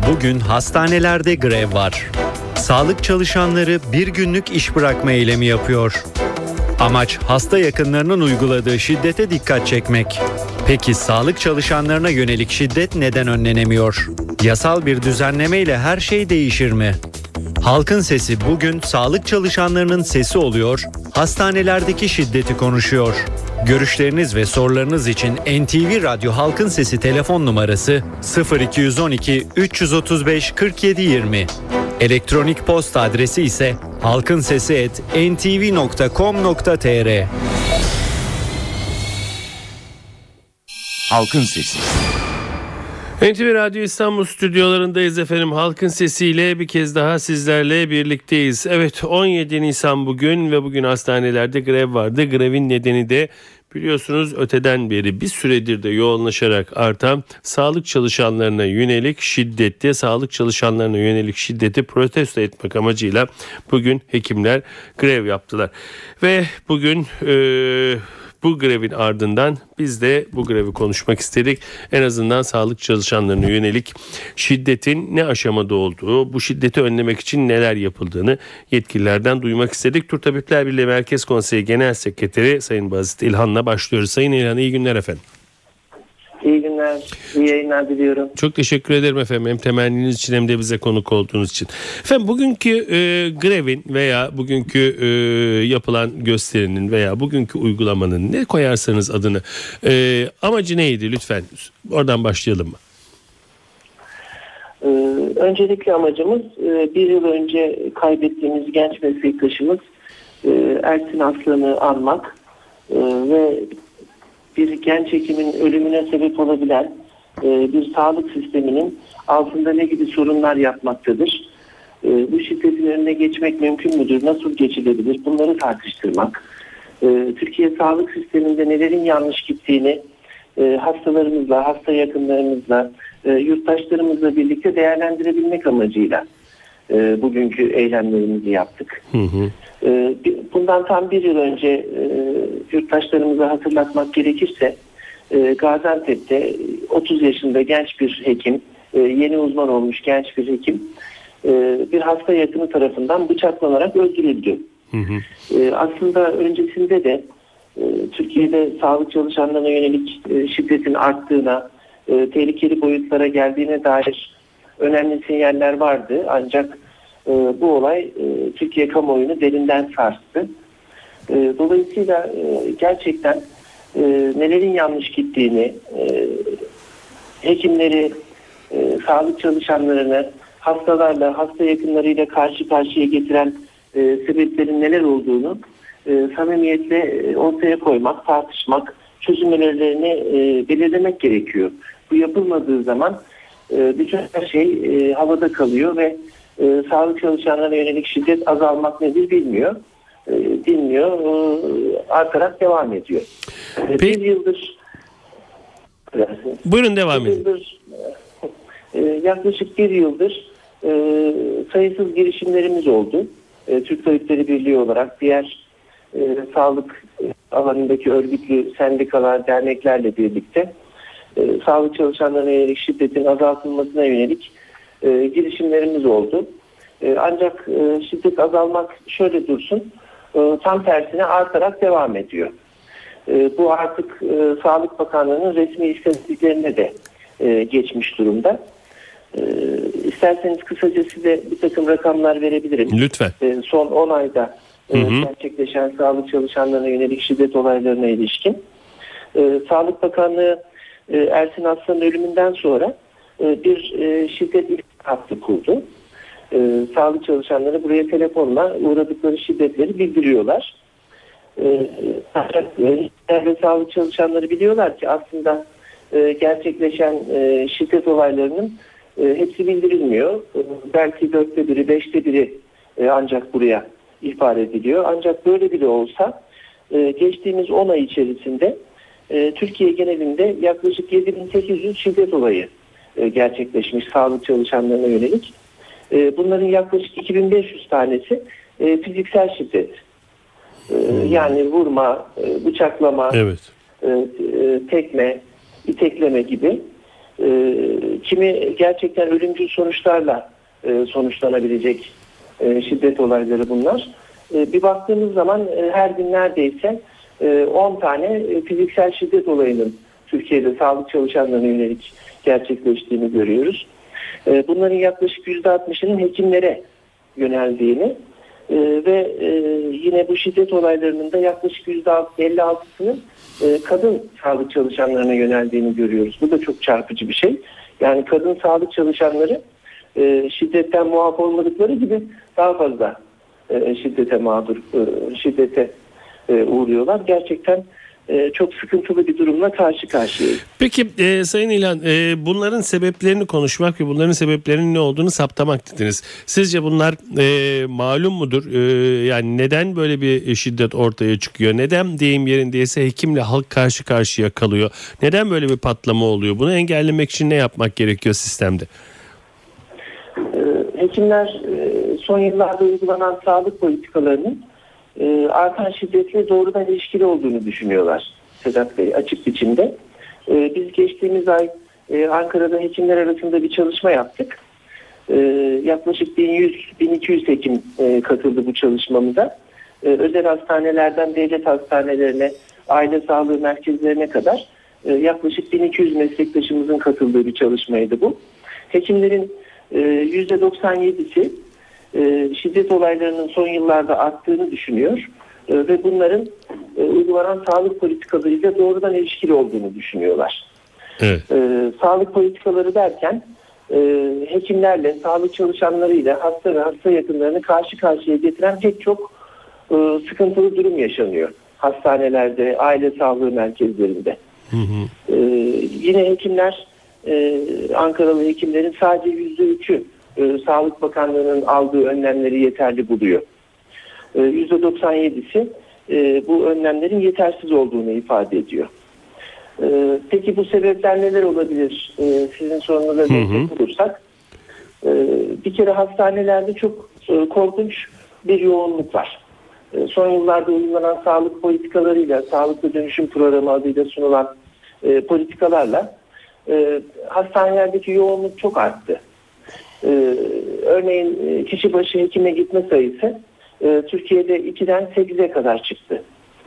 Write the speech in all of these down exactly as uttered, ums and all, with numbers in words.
Bugün hastanelerde grev var. Sağlık çalışanları bir günlük iş bırakma eylemi yapıyor. Amaç hasta yakınlarının uyguladığı şiddete dikkat çekmek. Peki sağlık çalışanlarına yönelik şiddet neden önlenemiyor? Yasal bir düzenlemeyle her şey değişir mi? Halkın Sesi bugün sağlık çalışanlarının sesi oluyor, hastanelerdeki şiddeti konuşuyor. Görüşleriniz ve sorularınız için N T V Radyo Halkın Sesi telefon numarası sıfır iki yüz on iki üç otuz beş kırk yedi yirmi. Elektronik posta adresi ise halkinsesi et en ti vi nokta com nokta te er. Halkın Sesi. N T V Radyo İstanbul stüdyolarındayız efendim. Halkın Sesi'yle bir kez daha sizlerle birlikteyiz. Evet, on yedi Nisan bugün ve bugün hastanelerde grev vardı. Grevin nedeni de biliyorsunuz öteden beri bir süredir de yoğunlaşarak artan sağlık çalışanlarına yönelik şiddette, sağlık çalışanlarına yönelik şiddeti protesto etmek amacıyla bugün hekimler grev yaptılar. Ve bugün e, bu grevin ardından biz de bu grevi konuşmak istedik. En azından sağlık çalışanlarına yönelik şiddetin ne aşamada olduğu, bu şiddeti önlemek için neler yapıldığını yetkililerden duymak istedik. Türk Tabipler Birliği Merkez Konseyi Genel Sekreteri Sayın Bazit İlhan'la başlıyoruz. Sayın İlhan, iyi günler efendim. İyi günler, iyi yayınlar diliyorum. Çok teşekkür ederim efendim. Hem temenniniz için hem de bize konuk olduğunuz için. Efendim bugünkü e, grevin veya bugünkü e, yapılan gösterinin veya bugünkü uygulamanın ne koyarsanız adını e, amacı neydi lütfen? Oradan başlayalım mı? Ee, öncelikle amacımız e, bir yıl önce kaybettiğimiz genç meslektaşımız e, Ersin Aslan'ı anmak e, ve bir genç hekimin ölümüne sebep olabilen e, bir sağlık sisteminin altında ne gibi sorunlar yapmaktadır? E, bu şiddetin önüne geçmek mümkün müdür? Nasıl geçilebilir? Bunları tartıştırmak. E, Türkiye sağlık sisteminde nelerin yanlış gittiğini e, hastalarımızla, hasta yakınlarımızla, e, yurttaşlarımızla birlikte değerlendirebilmek amacıyla e, bugünkü eylemlerimizi yaptık. Hı hı. Bundan tam bir yıl önce e, yurttaşlarımıza hatırlatmak gerekirse e, Gaziantep'te otuz yaşında genç bir hekim, e, yeni uzman olmuş genç bir hekim e, bir hasta yakını tarafından bıçaklanarak öldürüldü. Hı hı. E, aslında öncesinde de e, Türkiye'de sağlık çalışanlarına yönelik e, şiddetin arttığına, e, tehlikeli boyutlara geldiğine dair önemli sinyaller vardı. Ancak bu olay Türkiye kamuoyunu derinden sarstı. Dolayısıyla gerçekten nelerin yanlış gittiğini, hekimleri, sağlık çalışanlarını hastalarla, hasta yakınlarıyla karşı karşıya getiren sebeplerin neler olduğunu samimiyetle ortaya koymak, tartışmak, çözüm önerilerini belirlemek gerekiyor. Bu yapılmadığı zaman bütün her şey havada kalıyor ve E, sağlık çalışanlarına yönelik şiddet azalmak nedir bilmiyor. E, bilmiyor. E, artarak devam ediyor. E, bir yıldır buyurun devam bir edin. Yıldır, e, yaklaşık bir yıldır e, sayısız girişimlerimiz oldu. E, Türk Tabipleri Birliği olarak diğer e, sağlık alanındaki örgütlü sendikalar, derneklerle birlikte e, sağlık çalışanlarına yönelik şiddetin azaltılmasına yönelik E, girişimlerimiz oldu. E, ancak e, şiddet azalmak şöyle dursun, e, tam tersine artarak devam ediyor. E, bu artık e, Sağlık Bakanlığı'nın resmi istatistiklerine de e, geçmiş durumda. E, isterseniz kısaca size bir takım rakamlar verebilirim. Lütfen. E, son on ayda e, gerçekleşen sağlık çalışanlarına yönelik şiddet olaylarına ilişkin. E, Sağlık Bakanlığı e, Ersin Aslan'ın ölümünden sonra bir şiddet hattı kurdu. Ee, sağlık çalışanları buraya telefonla uğradıkları şiddetleri bildiriyorlar. Ee, ve sağlık çalışanları biliyorlar ki aslında e, gerçekleşen e, şiddet olaylarının e, hepsi bildirilmiyor. E, belki dörtte biri, beşte biri e, ancak buraya ihbar ediliyor. Ancak böyle bile olsa e, geçtiğimiz on ay içerisinde e, Türkiye genelinde yaklaşık yedi bin sekiz yüz şiddet olayı gerçekleşmiş sağlık çalışanlarına yönelik. Bunların yaklaşık iki bin beş yüz tanesi fiziksel şiddet. Yani vurma, bıçaklama, evet. tekme, itekleme gibi. e, kimi gerçekten ölümcül sonuçlarla e, sonuçlanabilecek e, şiddet olayları bunlar. E, bir baktığımız zaman e, her gün neredeyse e, on tane e, fiziksel şiddet olayının Türkiye'de sağlık çalışanlarına yönelik gerçekleştiğini görüyoruz. E, bunların yaklaşık yüzde altmışının hekimlere yöneldiğini e, ve e, yine bu şiddet olaylarının da yaklaşık yüzde elli altısının e, kadın sağlık çalışanlarına yöneldiğini görüyoruz. Bu da çok çarpıcı bir şey. Yani kadın sağlık çalışanları e, şiddetten muaf olmadıkları gibi daha fazla e, şiddete mağdur, e, şiddete e, uğruyorlar. Gerçekten e, çok sıkıntılı bir durumla karşı karşıyayız. Peki e, Sayın İlhan, e, bunların sebeplerini konuşmak ve bunların sebeplerinin ne olduğunu saptamak dediniz. Sizce bunlar e, malum mudur? E, yani neden böyle bir şiddet ortaya çıkıyor? Neden deyim yerindeyse hekimle halk karşı karşıya kalıyor? Neden böyle bir patlama oluyor? Bunu engellemek için ne yapmak gerekiyor sistemde? E, hekimler e, son yıllarda uygulanan sağlık politikalarının e, artan şiddetle doğrudan ilişkili olduğunu düşünüyorlar Sedat Bey, açık biçimde. E, biz geçtiğimiz ay e, Ankara'da hekimler arasında bir çalışma yaptık. E, yaklaşık bin yüz bin iki yüz hekim e, katıldı bu çalışmamıza. E, özel hastanelerden devlet hastanelerine, aile sağlığı merkezlerine kadar e, yaklaşık bin iki yüz meslektaşımızın katıldığı bir çalışmaydı bu. Hekimlerin e, yüzde doksan yedisi e, şiddet olaylarının son yıllarda arttığını düşünüyor e, ve bunların e, uygulanan sağlık politikalarıyla doğrudan ilişkili olduğunu düşünüyorlar. Evet. E, sağlık politikaları derken e, hekimlerle, sağlık çalışanlarıyla hasta ve hasta yakınlarını karşı karşıya getiren pek çok e, sıkıntılı durum yaşanıyor hastanelerde, aile sağlığı merkezlerinde. Hı hı. E, yine hekimler, e, Ankaralı hekimlerin sadece yüzde üçü e, Sağlık Bakanlığı'nın aldığı önlemleri yeterli buluyor. E, yüzde doksan yedisi e, bu önlemlerin yetersiz olduğunu ifade ediyor. E, peki bu sebepler neler olabilir? E, sizin sorunuza destek olursak, e, bir kere hastanelerde çok e, korkunç bir yoğunluk var. E, son yıllarda uygulanan sağlık politikalarıyla, sağlıklı dönüşüm programı adıyla sunulan e, politikalarla e, hastanelerdeki yoğunluk çok arttı. Ee, örneğin kişi başı hekime gitme sayısı e, Türkiye'de ikiden sekize kadar çıktı.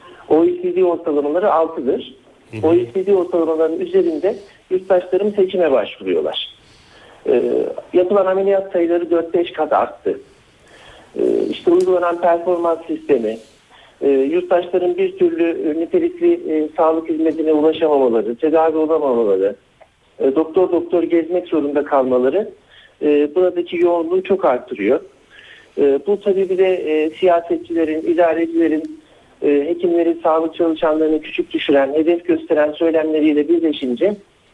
O E C D ortalamaları altıdır. O E C D ortalamalarının üzerinde yurttaşlarımız hekime başvuruyorlar. Ee, yapılan ameliyat sayıları dört beş kat arttı. Ee, işte uygulanan performans sistemi, e, yurttaşların bir türlü nitelikli e, sağlık hizmetine ulaşamamaları, tedavi olamamaları, e, doktor doktor gezmek zorunda kalmaları E, buradaki yoğunluğu çok arttırıyor. E, bu tabii bir de e, siyasetçilerin, idarecilerin, e, hekimleri, sağlık çalışanlarını küçük düşüren, hedef gösteren söylemleriyle birleşince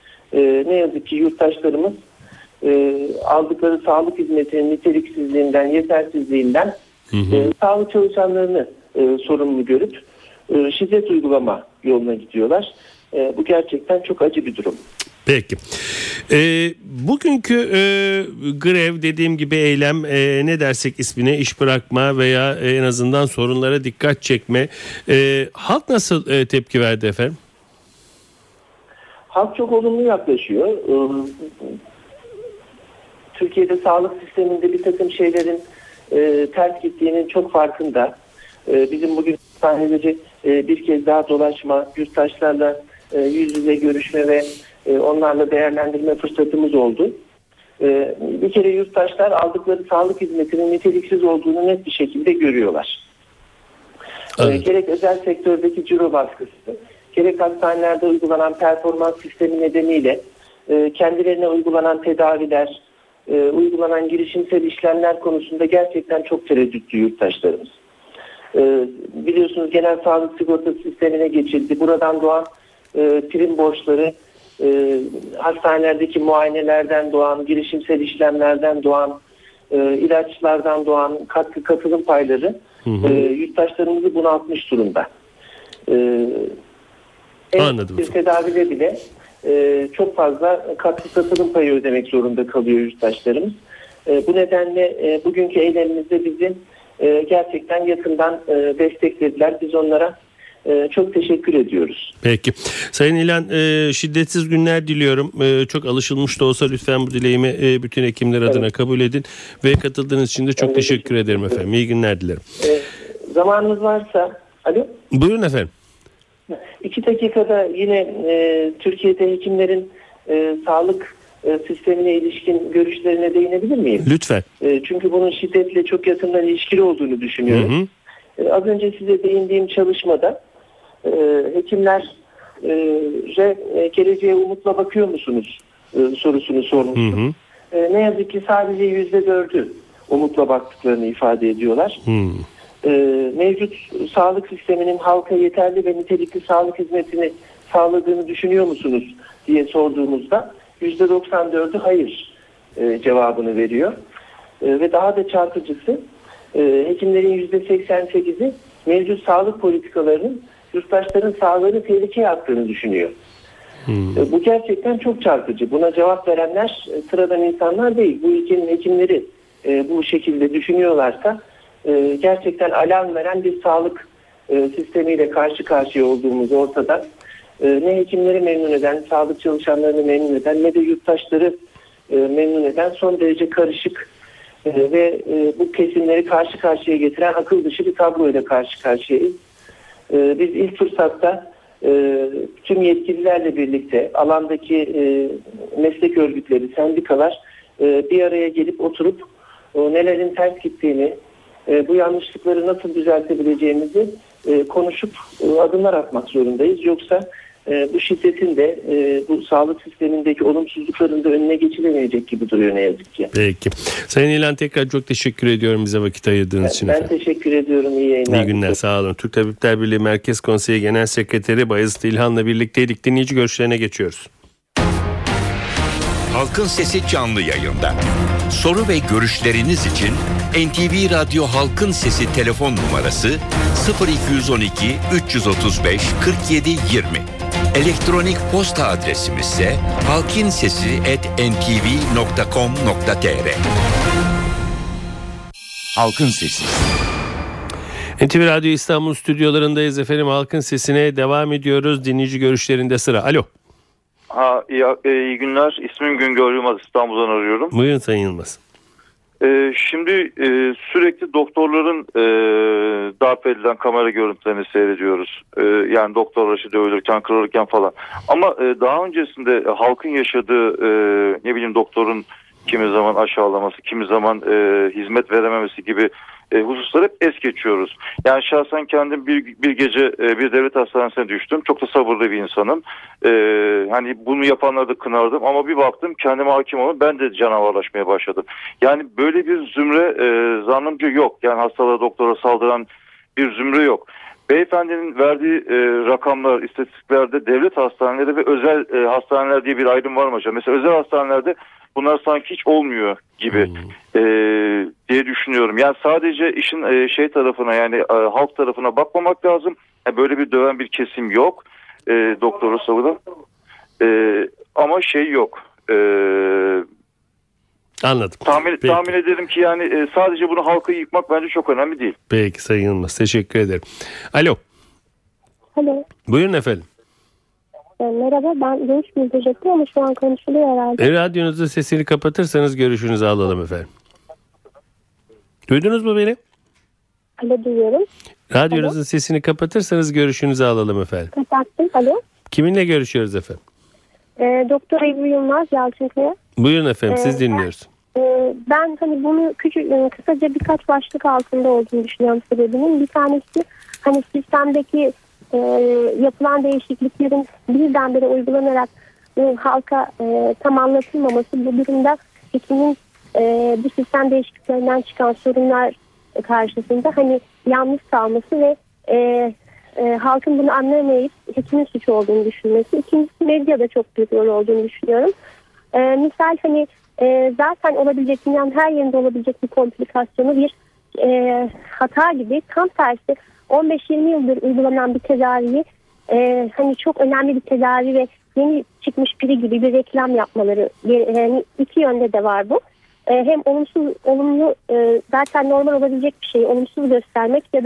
e, ne yazık ki yurttaşlarımız e, aldıkları sağlık hizmetinin niteliksizliğinden, yetersizliğinden hı hı. E, sağlık çalışanlarını e, sorumlu görüp e, şiddet uygulama yoluna gidiyorlar. E, bu gerçekten çok acı bir durum. Peki. E, bugünkü e, grev dediğim gibi eylem e, ne dersek ismine iş bırakma veya e, en azından sorunlara dikkat çekme. E, halk nasıl e, tepki verdi efendim? Halk çok olumlu yaklaşıyor. E, Türkiye'de sağlık sisteminde bir takım şeylerin e, ters gittiğinin çok farkında. E, bizim bugün hastaneleri e, bir kez daha dolaşma, yurttaşlarla e, yüz yüze görüşme ve onlarla değerlendirme fırsatımız oldu. Bir kere yurttaşlar aldıkları sağlık hizmetinin niteliksiz olduğunu net bir şekilde görüyorlar. Evet. Gerek özel sektördeki ciro baskısı, gerek hastanelerde uygulanan performans sistemi nedeniyle kendilerine uygulanan tedaviler, uygulanan girişimsel işlemler konusunda gerçekten çok tereddütlü yurttaşlarımız. Biliyorsunuz genel sağlık sigortası sistemine geçildi. Buradan doğan prim borçları, E, hastanelerdeki muayenelerden doğan, girişimsel işlemlerden doğan, e, ilaçlardan doğan katkı katılım payları hı hı. E, yurttaşlarımızı bunaltmış durumda. E, Anladım. Bir tedavide bile e, çok fazla katkı katılım payı ödemek zorunda kalıyor yurttaşlarımız. E, bu nedenle e, bugünkü eylemimizde bizi e, gerçekten yakından e, desteklediler. Biz onlara e, çok teşekkür ediyoruz. Peki. Sayın İlhan, e, şiddetsiz günler diliyorum. E, çok alışılmış da olsa lütfen bu dileğimi e, bütün hekimler adına evet. kabul edin. Ve katıldığınız için de çok teşekkür, teşekkür ederim efendim. İyi günler dilerim. E, zamanınız varsa... Alo? Buyurun efendim. İki dakikada yine e, Türkiye'de hekimlerin e, sağlık e, sistemine ilişkin görüşlerine değinebilir miyim? Lütfen. E, çünkü bunun şiddetle çok yakından ilişkili olduğunu düşünüyorum. Hı hı. E, az önce size değindiğim çalışmada e, hekimler e, e, geleceğe umutla bakıyor musunuz e, sorusunu sormuştum. Hı hı. E, ne yazık ki sadece yüzde dördü umutla baktıklarını ifade ediyorlar. Hı. E, mevcut sağlık sisteminin halka yeterli ve nitelikli sağlık hizmetini sağladığını düşünüyor musunuz diye sorduğumuzda yüzde doksan dördü hayır e, cevabını veriyor. E, ve daha da çarpıcısı e, hekimlerin yüzde seksen sekizi mevcut sağlık politikalarının yurttaşların sağlığını tehlikeye attığını düşünüyor. Hmm. E, bu gerçekten çok çarpıcı. Buna cevap verenler e, sıradan insanlar değil. Bu ülkenin hekimleri e, bu şekilde düşünüyorlarsa e, gerçekten alarm veren bir sağlık e, sistemiyle karşı karşıya olduğumuz ortada. E, ne hekimleri memnun eden, sağlık çalışanlarını memnun eden ne de yurttaşları e, memnun eden son derece karışık e, ve e, bu kesimleri karşı karşıya getiren akıl dışı bir tabloyla karşı karşıyayız. E, biz ilk fırsatta e, tüm yetkililerle birlikte alandaki e, meslek örgütleri, sendikalar e, bir araya gelip oturup o nelerin ters gittiğini, e, bu yanlışlıkları nasıl düzeltebileceğimizi e, konuşup e, adımlar atmak zorundayız. Yoksa e, bu şiddetin de e, bu sağlık sistemindeki olumsuzlukların da önüne geçilemeyecek gibi duruyor ne yazık ki. Peki. Sayın İlhan, tekrar çok teşekkür ediyorum bize vakit ayırdığınız ben, için. Ben efendim. teşekkür ediyorum. İyi yayınlar. İyi günler. Sağ olun. Türk Tabipler Birliği Merkez Konseyi Genel Sekreteri Bayezid İlhan'la birlikteydik. Dinleyici görüşlerine geçiyoruz. Halkın Sesi canlı yayında. Soru ve görüşleriniz için N T V Radyo Halkın Sesi telefon numarası sıfır iki on iki üç otuz beş kırk yedi yirmi. Elektronik posta adresimiz ise halkinsesi at n t v nokta com nokta t r. Halkın Sesi. N T V Radyo İstanbul stüdyolarındayız efendim. Halkın Sesi'ne devam ediyoruz. Dinleyici görüşlerinde sıra. Alo. Ha, iyi, iyi günler. İsmim Güngör Yılmaz. İstanbul'dan arıyorum. Buyurun Sayın Yılmaz. Ee, şimdi e, sürekli doktorların e, darp edilen kamera görüntülerini seyrediyoruz. E, yani doktor başı dövülürken, kırılırken falan. Ama e, daha öncesinde e, halkın yaşadığı e, ne bileyim doktorun kimi zaman aşağılaması, kimi zaman e, hizmet verememesi gibi e, hususları hep es geçiyoruz. Yani şahsen kendim bir, bir gece e, bir devlet hastanesine düştüm. Çok da sabırlı bir insanım. E, hani bunu yapanları da kınardım ama bir baktım kendime hakim olun, ben de canavarlaşmaya başladım. Yani böyle bir zümre e, zannımca yok. Yani hastalara, doktora saldıran bir zümre yok. Beyefendinin verdiği e, rakamlar, istatistiklerde devlet hastaneleri ve özel e, hastaneler diye bir ayrım var mı hocam? Mesela özel hastanelerde bunlar sanki hiç olmuyor gibi hmm. e, diye düşünüyorum. Yani sadece işin e, şey tarafına, yani e, halk tarafına bakmamak lazım. Yani böyle bir döven bir kesim yok. E, doktoru savunan. E, ama şey yok. E, Anladım. Tahmin, tahmin ederim ki yani e, sadece bunu halkı yıkmak bence çok önemli değil. Peki Sayın Yılmaz. Teşekkür ederim. Alo. Alo. Buyurun efendim. Merhaba, ben görüş bildirecektim ama şu an konuşuluyor herhalde. E, radyonuzun sesini kapatırsanız görüşünüzü alalım efendim. Duydunuz mu beni? Alo, duyuyorum. Radyonuzun Alo. sesini kapatırsanız görüşünüzü alalım efendim. Kapattım. Alo. Kiminle görüşüyoruz efendim? E, Doktor Ebru Yılmaz Yalçınkaya. Buyurun efendim, siz e, dinliyoruz. E, ben hani bunu küçük, kısaca birkaç başlık altında olduğunu düşünüyorum sebebinin. Bir tanesi hani sistemdeki e, yapılan değişikliklerin birdenbire uygulanarak e, halka e, tam anlatılmaması, bu durumda hekimin e, bu sistem değişikliklerinden çıkan sorunlar karşısında hani yalnız kalması ve e, e, halkın bunu anlayamayıp hekimin suçu olduğunu düşünmesi. İkincisi, medyada çok büyük rol olduğunu düşünüyorum. E, misal hani e, zaten olabilecek, dünyanın her yerinde olabilecek bir komplikasyonu bir e, hata gibi, tam tersi on beş yirmi yıldır uygulanan bir tedaviyi e, hani çok önemli bir tedavi ve yeni çıkmış biri gibi bir reklam yapmaları, yani iki yönde de var bu. E, hem olumsuz, olumlu e, zaten normal olabilecek bir şeyi olumsuz göstermek ya da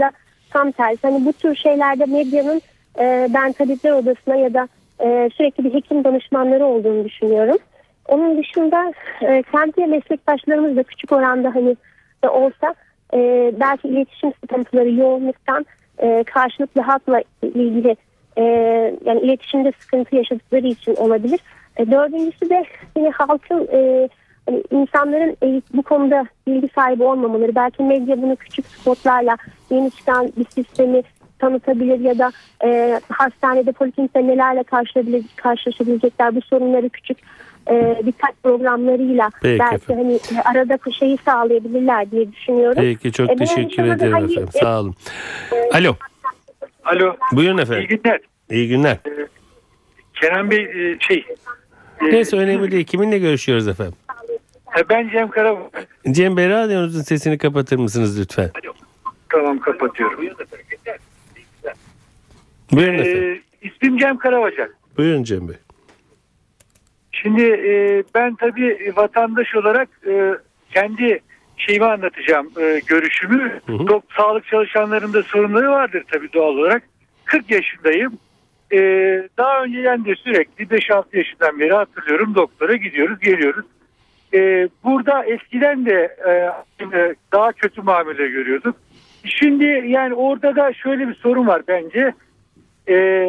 tam tersi. Hani bu tür şeylerde medyanın e, ben tabipler odasına ya da e, sürekli bir hekim danışmanları olduğunu düşünüyorum. Onun dışında e, kendi meslektaşlarımız da küçük oranda hani de olsa e, belki iletişim sıkıntıları yoğunluktan e, karşılıklı halkla ilgili e, yani iletişimde sıkıntı yaşadıkları için olabilir. E, dördüncüsü de hani halkın e, hani insanların e, bu konuda bilgi sahibi olmamaları. Belki medya bunu küçük spotlarla yeni çıkan bir sistemi tanıtabilir ya da e, hastanede poliklinikte nelerle karşılaşabilecekler bu sorunları küçük e, dikkat programlarıyla Peki belki efendim. hani arada şeyi sağlayabilirler diye düşünüyorum. Peki çok E, teşekkür ederim hani, efendim. Sağ olun. Alo. Alo. Buyurun efendim. İyi günler. İyi günler. Ee, Kenan Bey e, şey. E, Neyse önemli değil. Kiminle görüşüyoruz efendim? e, Ben Cem Karabak. Cem Bey, radyonuzun sesini kapatır mısınız lütfen? Tamam, kapatıyorum. Buyurun efendim. Ee, ismim Cem Karabacak. Buyurun Cem Bey. Şimdi e, ben tabii vatandaş olarak e, kendi şeyimi anlatacağım, e, görüşümü. Hı hı. Dok- sağlık çalışanlarında sorunları vardır tabii doğal olarak. kırk yaşındayım. E, daha önceden de sürekli beş altı yaşından beri hatırlıyorum, doktora gidiyoruz geliyoruz. E, burada eskiden de e, daha kötü muamele görüyorduk. Şimdi yani orada da şöyle bir sorun var bence. E,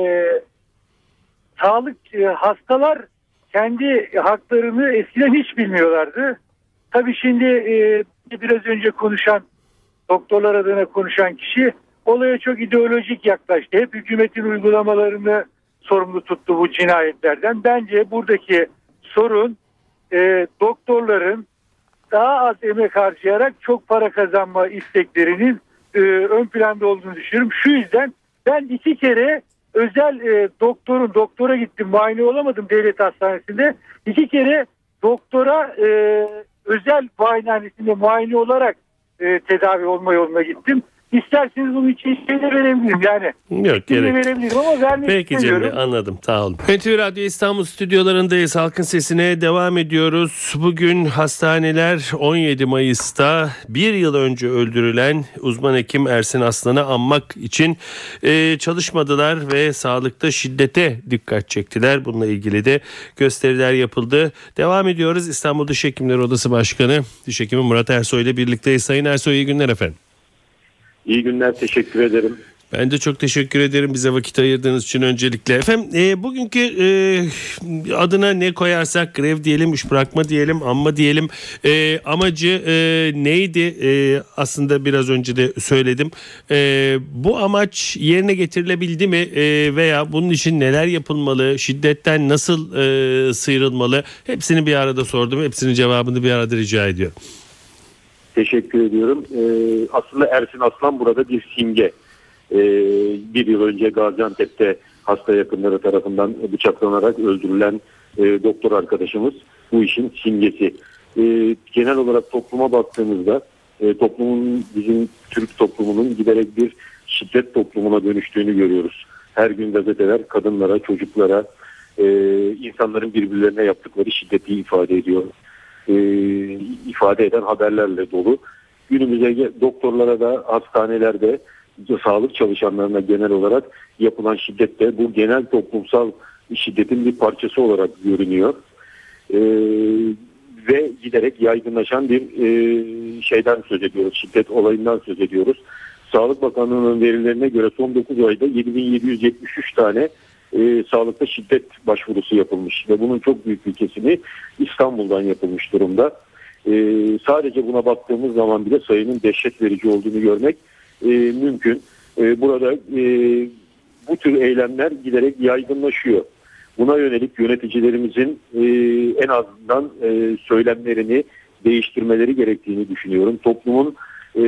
sağlık e, hastalar kendi haklarını eskiden hiç bilmiyorlardı. Tabii şimdi e, biraz önce konuşan, doktorlar adına konuşan kişi olaya çok ideolojik yaklaştı. Hep hükümetin uygulamalarını sorumlu tuttu bu cinayetlerden. Bence buradaki sorun e, doktorların daha az emek harcayarak çok para kazanma isteklerinin e, ön planda olduğunu düşünüyorum. Şu yüzden ben iki kere özel e, doktorun doktora gittim, muayene olamadım devlet hastanesinde. İki kere doktora e, özel muayenehanesinde muayene olarak e, tedavi olma yoluna gittim. İsterseniz bunun için şey de verebilirim yani. Yok, gerek. verebilirim ama vermek Peki Cem istemiyorum. Bey, anladım, sağ olun. N T V Radyo İstanbul stüdyolarındayız. Halkın Sesi'ne devam ediyoruz. Bugün hastaneler on yedi Mayıs'ta bir yıl önce öldürülen uzman hekim Ersin Aslan'ı anmak için e, çalışmadılar ve sağlıkta şiddete dikkat çektiler. Bununla ilgili de gösteriler yapıldı. Devam ediyoruz. İstanbul Diş Hekimleri Odası Başkanı Diş Hekimi Murat Ersoy ile birlikteyiz. Sayın Ersoy, iyi günler efendim. İyi günler, teşekkür ederim. Ben de çok teşekkür ederim bize vakit ayırdığınız için öncelikle. Efendim e, bugünkü e, adına ne koyarsak, grev diyelim, iş bırakma diyelim, anma diyelim, e, amacı e, neydi? E, aslında biraz önce de söyledim. E, bu amaç yerine getirilebildi mi? E, veya bunun için neler yapılmalı? Şiddetten nasıl e, sıyrılmalı? Hepsini bir arada sordum. Hepsinin cevabını bir arada rica ediyorum. Teşekkür ediyorum. Ee, aslında Ersin Aslan burada bir simge. Ee, bir yıl önce Gaziantep'te hasta yakınları tarafından bıçaklanarak öldürülen e, doktor arkadaşımız bu işin simgesi. Ee, genel olarak topluma baktığımızda e, toplumun, bizim Türk toplumunun giderek bir şiddet toplumuna dönüştüğünü görüyoruz. Her gün gazeteler kadınlara, çocuklara, e, insanların birbirlerine yaptıkları şiddeti ifade ediyor. E, ifade eden haberlerle dolu. Günümüzde doktorlara da, hastanelerde, sağlık çalışanlarına genel olarak yapılan şiddet de bu genel toplumsal şiddetin bir parçası olarak görünüyor. E, ve giderek yaygınlaşan bir e, şeyden söz ediyoruz, şiddet olayından söz ediyoruz. Sağlık Bakanlığı'nın verilerine göre son dokuz ayda yedi bin yedi yüz yetmiş üç tane E, sağlıkta şiddet başvurusu yapılmış ve bunun çok büyük bir kesimi İstanbul'dan yapılmış durumda. E, sadece buna baktığımız zaman bile sayının dehşet verici olduğunu görmek e, mümkün. E, burada e, bu tür eylemler giderek yaygınlaşıyor. Buna yönelik yöneticilerimizin e, en azından e, söylemlerini değiştirmeleri gerektiğini düşünüyorum. Toplumun e,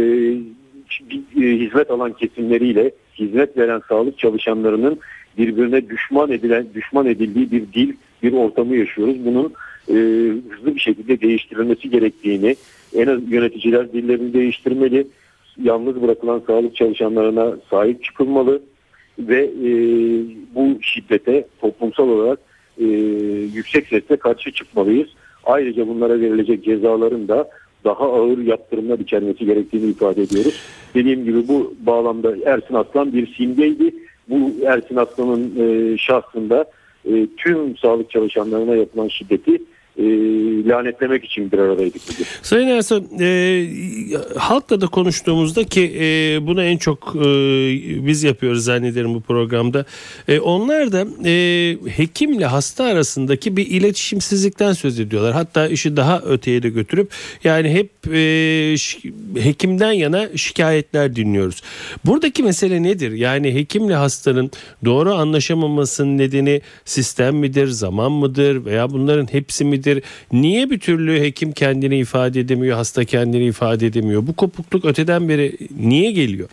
hizmet alan kesimleriyle hizmet veren sağlık çalışanlarının birbirine düşman edilen, düşman edildiği bir dil, bir ortamı yaşıyoruz. Bunun e, hızlı bir şekilde değiştirilmesi gerektiğini, en az yöneticiler dillerini değiştirmeli, yalnız bırakılan sağlık çalışanlarına sahip çıkılmalı ve e, bu şiddete toplumsal olarak e, yüksek sesle karşı çıkmalıyız. Ayrıca bunlara verilecek cezaların da daha ağır yaptırımlar içermesi gerektiğini ifade ediyoruz. Dediğim gibi bu bağlamda Ersin Aslan bir simgeydi. Bu Ersin Aslan'ın e, şahsında e, tüm sağlık çalışanlarına yapılan şiddeti e, lanetlemek için bir aradaydık bugün. Sayın Ersan, e, halkla da konuştuğumuzda ki e, bunu en çok e, biz yapıyoruz zannederim bu programda. E, onlar da e, hekimle hasta arasındaki bir iletişimsizlikten söz ediyorlar. Hatta işi daha öteye de götürüp yani hep e, ş- hekimden yana şikayetler dinliyoruz. Buradaki mesele nedir? Yani hekimle hastanın doğru anlaşamamasının nedeni sistem midir, zaman mıdır veya bunların hepsi midir? Niye bir türlü hekim kendini ifade edemiyor, hasta kendini ifade edemiyor? Bu kopukluk öteden beri niye geliyor?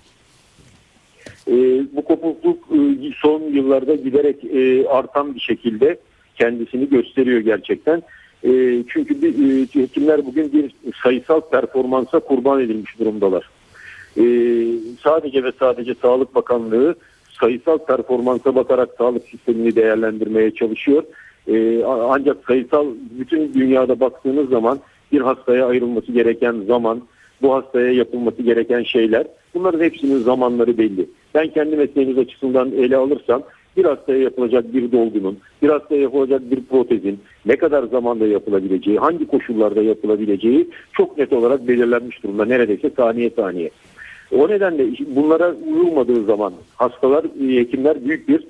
E, bu kopukluk e, son yıllarda giderek e, artan bir şekilde kendisini gösteriyor gerçekten. E, çünkü bir, e, hekimler bugün bir sayısal performansa kurban edilmiş durumdalar. E, sadece ve sadece Sağlık Bakanlığı sayısal performansa bakarak sağlık sistemini değerlendirmeye çalışıyor. Ee, ancak sayısal bütün dünyada baktığınız zaman bir hastaya ayrılması gereken zaman, bu hastaya yapılması gereken şeyler, bunların hepsinin zamanları belli. Ben kendi mesleğimiz açısından ele alırsam bir hastaya yapılacak bir dolgunun, bir hastaya yapılacak bir protezin ne kadar zamanda yapılabileceği, hangi koşullarda yapılabileceği çok net olarak belirlenmiş durumda. Neredeyse saniye saniye. O nedenle bunlara uyulmadığı zaman hastalar, hekimler büyük bir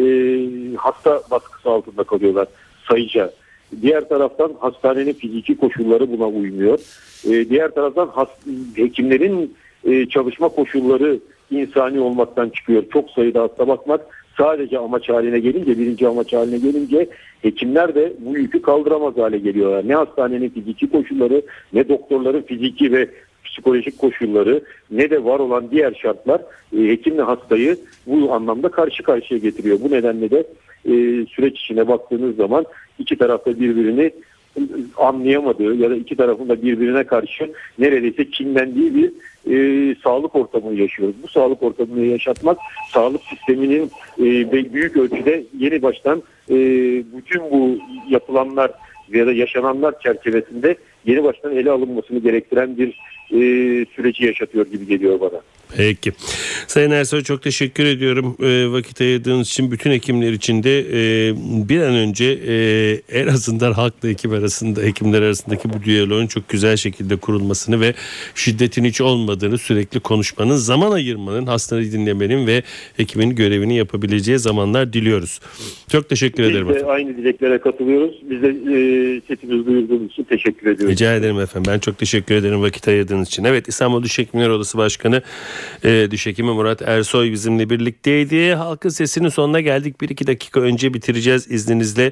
e, hasta baskısı altında kalıyorlar sayıca. Diğer taraftan hastanenin fiziki koşulları buna uymuyor. E, diğer taraftan hast- hekimlerin e, çalışma koşulları insani olmaktan çıkıyor. Çok sayıda hasta bakmak sadece amaç haline gelince, birinci amaç haline gelince hekimler de bu yükü kaldıramaz hale geliyorlar. Ne hastanenin fiziki koşulları, ne doktorların fiziki ve psikolojik koşulları, ne de var olan diğer şartlar e, hekimle hastayı bu anlamda karşı karşıya getiriyor. Bu nedenle de e, süreç içine baktığınız zaman iki tarafta birbirini anlayamadığı ya da iki tarafın da birbirine karşı neredeyse kinlendiği bir e, sağlık ortamını yaşıyoruz. Bu sağlık ortamını yaşatmak sağlık sisteminin e, büyük ölçüde yeni baştan e, bütün bu yapılanlar ya da yaşananlar çerçevesinde yeni baştan ele alınmasını gerektiren bir e, süreci yaşatıyor gibi geliyor bana. Peki. Sayın Ersoy, çok teşekkür ediyorum e, vakit ayırdığınız için. Bütün hekimler için de e, bir an önce e, en azından halkla hekim arasında, hekimler arasındaki bu diyaloğun çok güzel şekilde kurulmasını ve şiddetin hiç olmadığını sürekli konuşmanın, zaman ayırmanın, hastayı dinlemenin ve hekimin görevini yapabileceği zamanlar diliyoruz. Çok teşekkür Biz ederim. Biz de efendim. aynı dileklere katılıyoruz. Biz de e, sesimizi duyurduğunuz için teşekkür ediyoruz. Rica ederim efendim. Ben çok teşekkür ederim vakit ayırdığınız için. Evet, İstanbul Diş Hekimler Odası Başkanı e, Diş Hekimi Murat Ersoy bizimle birlikteydi. Halkın Sesi'nin sonuna geldik. Bir iki dakika önce bitireceğiz izninizle.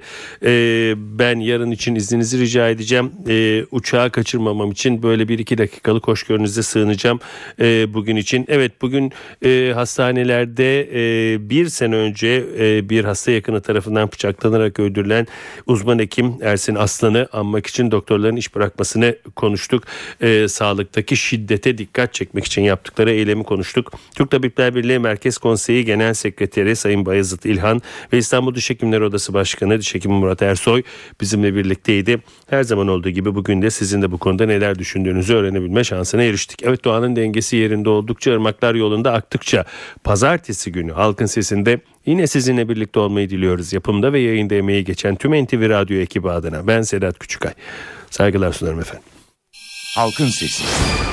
E, ben yarın için izninizi rica edeceğim. E, uçağı kaçırmamam için böyle bir iki dakikalık hoşgörünüze sığınacağım e, bugün için. Evet, bugün e, hastanelerde e, bir sene önce e, bir hasta yakını tarafından bıçaklanarak öldürülen uzman hekim Ersin Aslan'ı anmak için doktorların iş bırakmasını konuştuk. E, sağlıktaki şiddete dikkat çekmek için yaptıkları eylemi konuştuk. Türk Tabipler Birliği Merkez Konseyi Genel Sekreteri Sayın Bayezid İlhan ve İstanbul Diş Hekimler Odası Başkanı Diş Hekimi Murat Ersoy bizimle birlikteydi. Her zaman olduğu gibi bugün de sizin de bu konuda neler düşündüğünüzü öğrenebilme şansına eriştik. Evet, doğanın dengesi yerinde oldukça, ırmaklar yolunda aktıkça pazartesi günü Halkın Sesi'nde yine sizinle birlikte olmayı diliyoruz. Yapımda ve yayında emeği geçen tüm N T V Radyo ekibi adına ben Sedat Küçükay. Saygılar sunarım efendim. Halkın Sesi.